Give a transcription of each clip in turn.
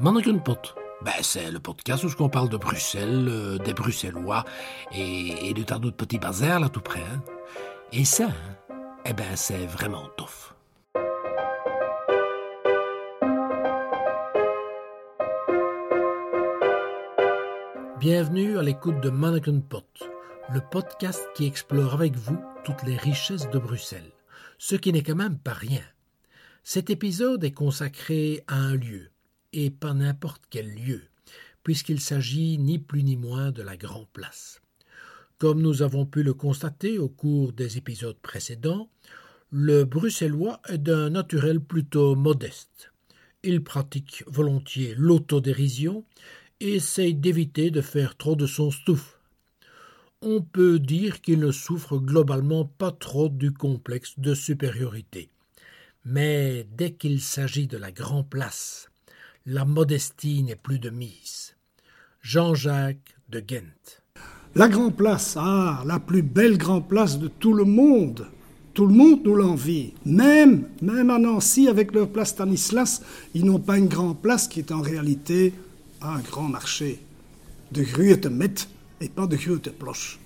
Manneken-pot, c'est le podcast où on parle de Bruxelles, des Bruxellois et de tas d'autres petits bazars là tout près. Hein. Et ça, c'est vraiment tough. Bienvenue à l'écoute de Manneken-pot, le podcast qui explore avec vous toutes les richesses de Bruxelles, ce qui n'est quand même pas rien. Cet épisode est consacré à un lieu, et pas n'importe quel lieu, puisqu'il s'agit ni plus ni moins de la Grand Place. Comme nous avons pu le constater au cours des épisodes précédents, le Bruxellois est d'un naturel plutôt modeste. Il pratique volontiers l'autodérision et essaye d'éviter de faire trop de son stouf. On peut dire qu'il ne souffre globalement pas trop du complexe de supériorité. Mais dès qu'il s'agit de la Grand Place, la modestie n'est plus de mise. Jean-Jacques de Ghent. La Grand Place, la plus belle Grand Place de tout le monde. Tout le monde nous l'envie. Même à Nancy, avec leur place Stanislas, ils n'ont pas une Grand Place qui est en réalité un grand marché. De grote met et pas de grote ploche.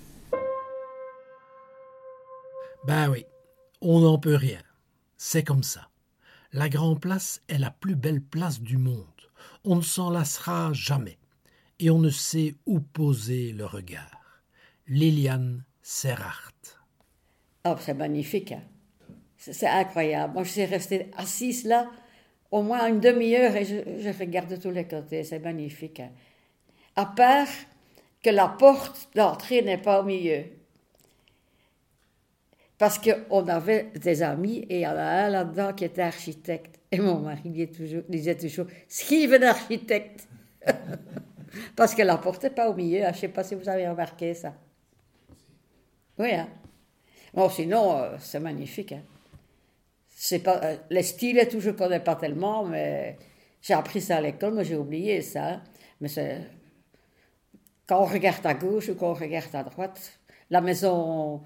Oui, on n'en peut rien. C'est comme ça. La Grand Place est la plus belle place du monde. On ne s'en lassera jamais. Et on ne sait où poser le regard. Liliane Serhart. Oh, c'est magnifique. Hein. C'est incroyable. Moi, je suis restée assise là au moins une demi-heure et je regarde de tous les côtés. C'est magnifique. Hein. À part que la porte d'entrée n'est pas au milieu. Parce qu'on avait des amis et il y en a un là-dedans qui était architecte. Et mon mari disait toujours « Schrijven architecte !» Parce que la porte n'est pas au milieu. Je ne sais pas si vous avez remarqué ça. Oui, hein. Bon, sinon, c'est magnifique. Hein. C'est pas, les styles, je ne connais pas tellement, mais j'ai appris ça à l'école, mais j'ai oublié ça. Hein. Mais c'est... Quand on regarde à gauche ou quand on regarde à droite, la maison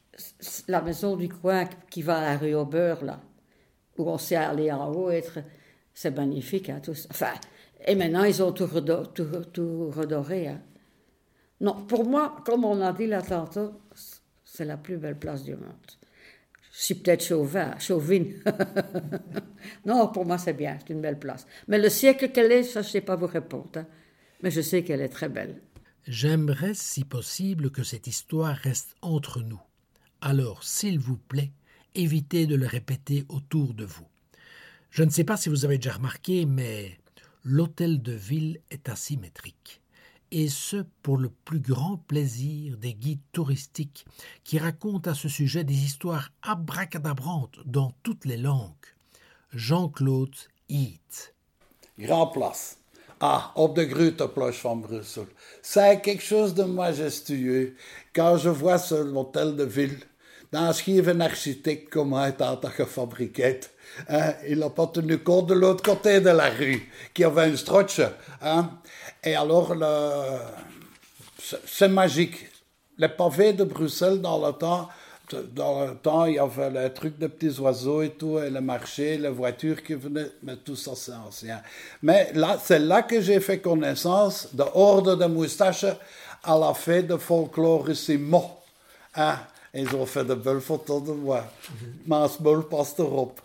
du coin qui va à la rue au beurre, là, où on sait aller en haut, c'est magnifique. Hein, tout ça. Enfin, et maintenant, ils ont tout redoré. Hein. Non, pour moi, comme on a dit là tantôt, c'est la plus belle place du monde. Je suis peut-être chauvine. Non, pour moi, c'est bien, c'est une belle place. Mais le siècle qu'elle est, ça, je ne sais pas vous répondre. Hein. Mais je sais qu'elle est très belle. J'aimerais, si possible, que cette histoire reste entre nous. Alors, s'il vous plaît, évitez de le répéter autour de vous. Je ne sais pas si vous avez déjà remarqué, mais l'hôtel de ville est asymétrique. Et ce, pour le plus grand plaisir des guides touristiques qui racontent à ce sujet des histoires abracadabrantes dans toutes les langues. Jean-Claude Hiet. Grand Place. Op de grote ploche van Bruxelles. C'est quelque chose de majestueux. Quand je vois l'hôtel de ville, dan schreef un architecte comment il a gefabriqué. Il n'a pas tenu compte de l'autre côté de la rue, qui avait une stroche. Et alors, c'est magique. Les pavés de Bruxelles, dans le temps, il y avait le truc de petits oiseaux et tout, et le marché, les voitures qui venaient, mais tout ça, c'est ancien. Mais là, c'est là que j'ai fait connaissance de Orde de Moustache à la fête de folklore Simon. Ils ont fait de belles photos de moi. Mijn smul past erop.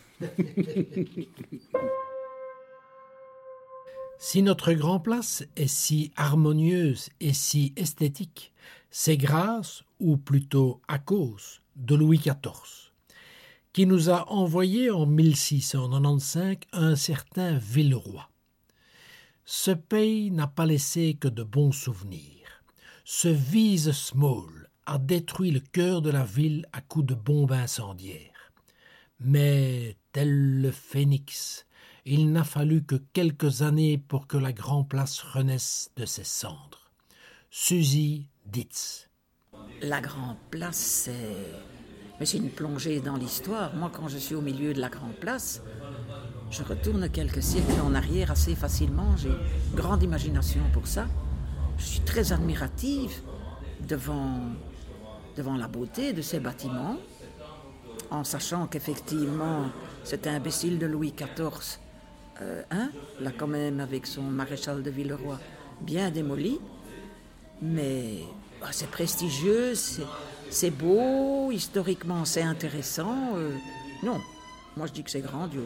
Si notre Grand Place est si harmonieuse et si esthétique, c'est grâce, ou plutôt à cause, de Louis XIV, qui nous a envoyé en 1695 un certain Villeroy. Ce pays n'a pas laissé que de bons souvenirs. Ce vise Small a détruit le cœur de la ville à coups de bombes incendiaires. Mais, tel le phénix, il n'a fallu que quelques années pour que la Grand Place renaisse de ses cendres. Suzy Ditz. La Grand Place, c'est une plongée dans l'histoire. Moi, quand je suis au milieu de la Grand Place, je retourne quelques siècles en arrière assez facilement. J'ai une grande imagination pour ça. Je suis très admirative devant la beauté de ces bâtiments, en sachant qu'effectivement, cet imbécile de Louis XIV là quand même avec son maréchal de Villeroy, bien démoli, mais c'est prestigieux, c'est beau, historiquement c'est intéressant. Non, moi je dis que c'est grandiose.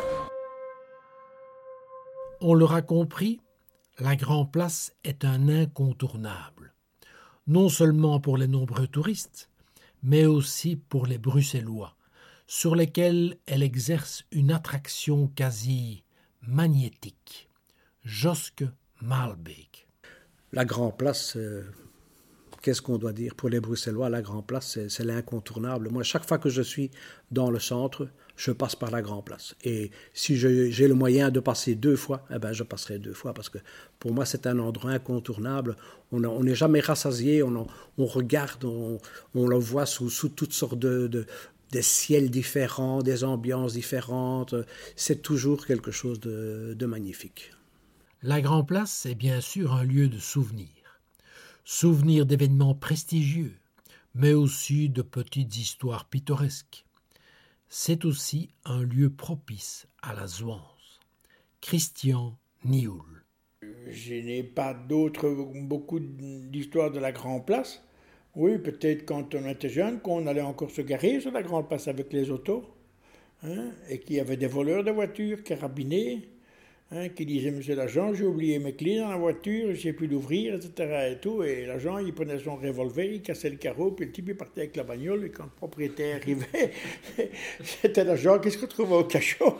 On l'aura compris, la Grand Place est un incontournable, non seulement pour les nombreux touristes, mais aussi pour les Bruxellois, sur lesquels elle exerce une attraction quasi magnétique. Joske Maalbeek. La Grand Place, qu'est-ce qu'on doit dire? Pour les Bruxellois, la Grand Place, c'est l'incontournable. Moi, chaque fois que je suis dans le centre, je passe par la Grand Place. Et si j'ai le moyen de passer 2 fois, je passerai 2 fois, parce que pour moi, c'est un endroit incontournable. On n'est jamais rassasié, on regarde, on le voit sous toutes sortes des ciels différents, des ambiances différentes. C'est toujours quelque chose de magnifique. La Grand Place est bien sûr un lieu de souvenirs. Souvenirs d'événements prestigieux, mais aussi de petites histoires pittoresques. C'est aussi un lieu propice à la jouance. Christian Nioul. Je n'ai pas beaucoup d'histoires de la Grand Place. Oui, peut-être quand on était jeune, qu'on allait encore se garer sur la Grande Place avec les autos, et qu'il y avait des voleurs de voitures, carabinés, qui disaient « Monsieur l'agent, j'ai oublié mes clés dans la voiture, j'ai pu l'ouvrir, etc. » et tout. Et l'agent, il prenait son revolver, il cassait le carreau, puis le type, il partait avec la bagnole, et quand le propriétaire arrivait, c'était l'agent qui se retrouvait au cachot.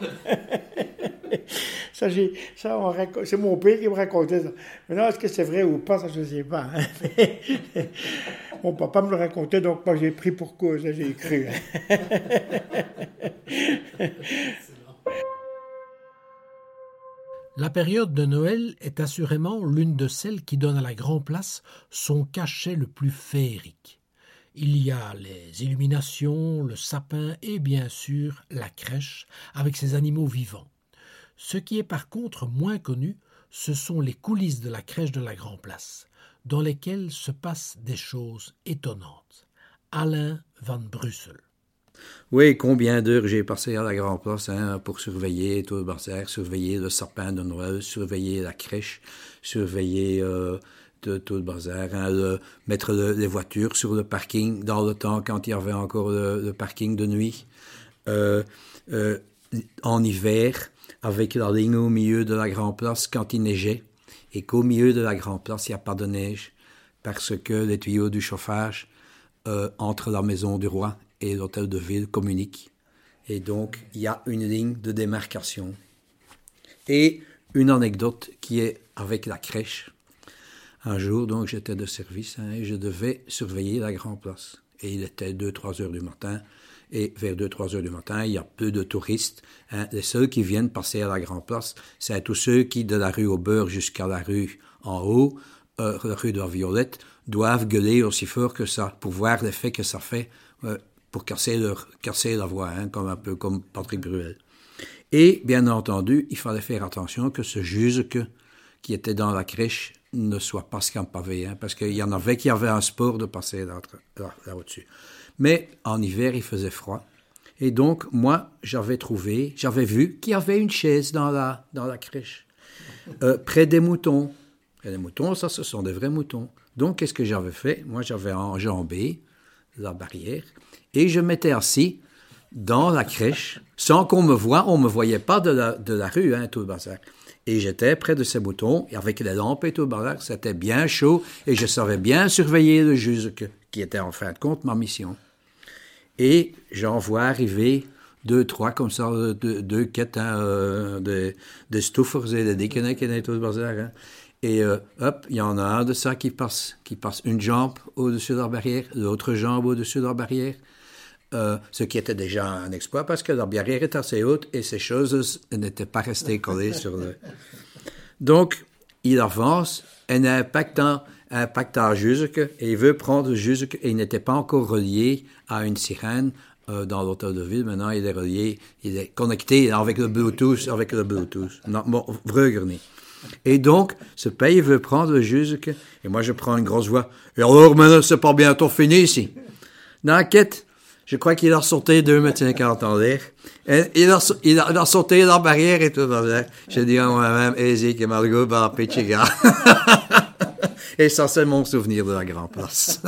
C'est mon père qui me racontait ça. Maintenant, est-ce que c'est vrai ou pas, ça je ne sais pas. Mon papa me le racontait, donc moi j'ai pris pour cause, j'ai cru. La période de Noël est assurément l'une de celles qui donne à la Grand Place son cachet le plus féerique. Il y a les illuminations, le sapin et bien sûr la crèche avec ses animaux vivants. Ce qui est par contre moins connu, ce sont les coulisses de la crèche de la Grand Place, dans lesquelles se passent des choses étonnantes. Alain van Brussel. Oui, combien d'heures j'ai passé à la Grand Place pour surveiller tout le bazar, surveiller le sapin de Noël, surveiller la crèche, surveiller tout le bazar, mettre les voitures sur le parking dans le temps quand il y avait encore le parking de nuit. En hiver, avec la ligne au milieu de la Grand Place quand il neigeait, et qu'au milieu de la Grand Place, il n'y a pas de neige, parce que les tuyaux du chauffage entre la maison du roi et l'hôtel de ville communiquent. Et donc, il y a une ligne de démarcation. Et une anecdote qui est avec la crèche. Un jour, donc, j'étais de service et je devais surveiller la Grand Place. Et il était 2-3 heures du matin. Et vers 2-3 heures du matin, il y a peu de touristes. Les seuls qui viennent passer à la Grand Place, c'est tous ceux qui, de la rue au Beurre jusqu'à la rue en haut, la rue de la Violette, doivent gueuler aussi fort que ça, pour voir l'effet que ça fait, pour casser la voix, comme un peu comme Patrick Bruel. Et, bien entendu, il fallait faire attention que ce Juseke qui était dans la crèche ne soit pas scampavé, parce qu'il y en avait qui avaient un sport de passer là au-dessus. Mais en hiver, il faisait froid. Et donc, moi, j'avais vu qu'il y avait une chaise dans la crèche, près des moutons. Et les moutons, ça, ce sont des vrais moutons. Donc, qu'est-ce que j'avais fait? Moi, j'avais enjambé la barrière et je m'étais assis dans la crèche sans qu'on me voie. On ne me voyait pas de la rue, tout le bazar. Et j'étais près de ces moutons, et avec les lampes et tout le bazar, c'était bien chaud et je savais bien surveiller le Juseke, qui était en fin de compte ma mission. Et j'en vois arriver 2-3 comme ça, deux quêtes, des Stoeffers et des Dickeneck et tout le bazar. Et hop, il y en a un de ça qui passe une jambe au-dessus de la barrière, l'autre jambe au-dessus de la barrière. Ce qui était déjà un exploit parce que la barrière est assez haute et ces choses n'étaient pas restées collées sur le... Donc, il avance et impactant Juseke et il veut prendre Juseke et il n'était pas encore relié à une sirène dans l'hôtel de ville. Maintenant, il est connecté avec le Bluetooth. Non, bon, vreugerne. Et donc, ce pays veut prendre le Juseke et moi, je prends une grosse voix. Et alors, maintenant, c'est pas bientôt fini ici. N'inquiète. Je crois qu'il a sauté 2,50 m en l'air. Et il a sauté dans la barrière et tout. J'ai dit à moi-même, Easy, que Margot, bah, Pichiga. Et ça, c'est mon souvenir de la Grand Place.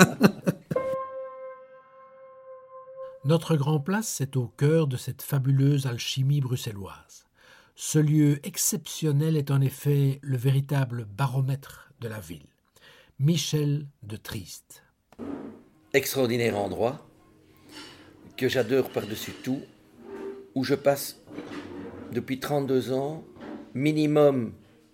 Notre Grand Place, c'est au cœur de cette fabuleuse alchimie bruxelloise. Ce lieu exceptionnel est en effet le véritable baromètre de la ville. Michel de Triest. Extraordinaire endroit que j'adore par-dessus tout, où je passe depuis 32 ans, minimum,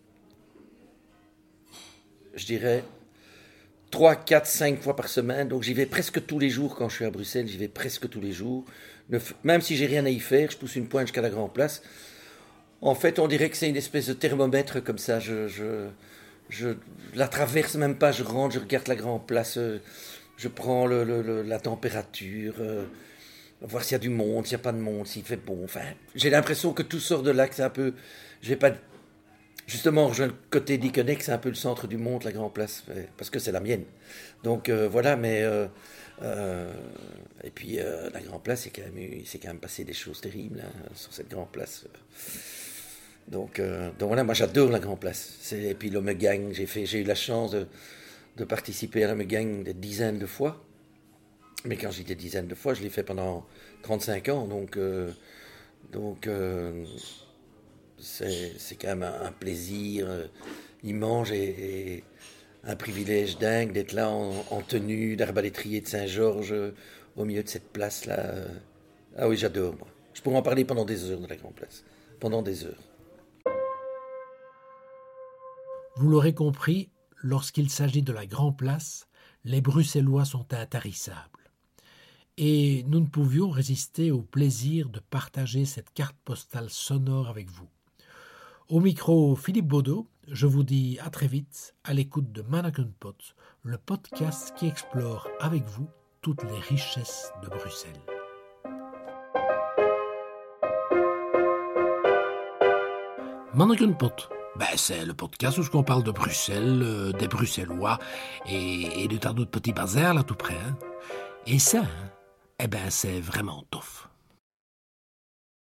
je dirais, 3, 4, 5 fois par semaine. Donc j'y vais presque tous les jours quand je suis à Bruxelles, j'y vais presque tous les jours. Même si j'ai rien à y faire, je pousse une pointe jusqu'à la Grand Place. En fait, on dirait que c'est une espèce de thermomètre comme ça. Je la traverse même pas, je rentre, je regarde la Grand Place, je prends la température, voir s'il y a du monde, s'il n'y a pas de monde, s'il fait bon. Enfin, j'ai l'impression que tout sort de là, que c'est un peu... Je vais pas... Justement, rejoindre le côté d'Iconex, c'est un peu le centre du monde, la Grand Place, parce que c'est la mienne. Donc voilà, mais... et puis la Grand Place, il s'est quand même passé des choses terribles hein, sur cette Grand Place. Donc voilà, moi j'adore la Grand Place. Et puis l'Homme Gang, j'ai eu la chance de participer à l'Homme Gang des dizaines de fois. Mais quand je dis des dizaines de fois, je l'ai fait pendant 35 ans. Donc c'est quand même un plaisir immense et un privilège dingue d'être là en tenue d'arbalétrier de Saint-Georges au milieu de cette place-là. Ah oui, j'adore, moi. Je pourrais en parler pendant des heures de la Grand Place. Pendant des heures. Vous l'aurez compris, lorsqu'il s'agit de la Grand Place, les Bruxellois sont intarissables. Et nous ne pouvions résister au plaisir de partager cette carte postale sonore avec vous. Au micro, Philippe Baudot, je vous dis à très vite à l'écoute de Manneken-Pot, le podcast qui explore avec vous toutes les richesses de Bruxelles. Manneken-Pot, c'est le podcast où on parle de Bruxelles, des Bruxellois et de tas d'autres petits bazars là tout près. Hein. Et ça, c'est vraiment tough.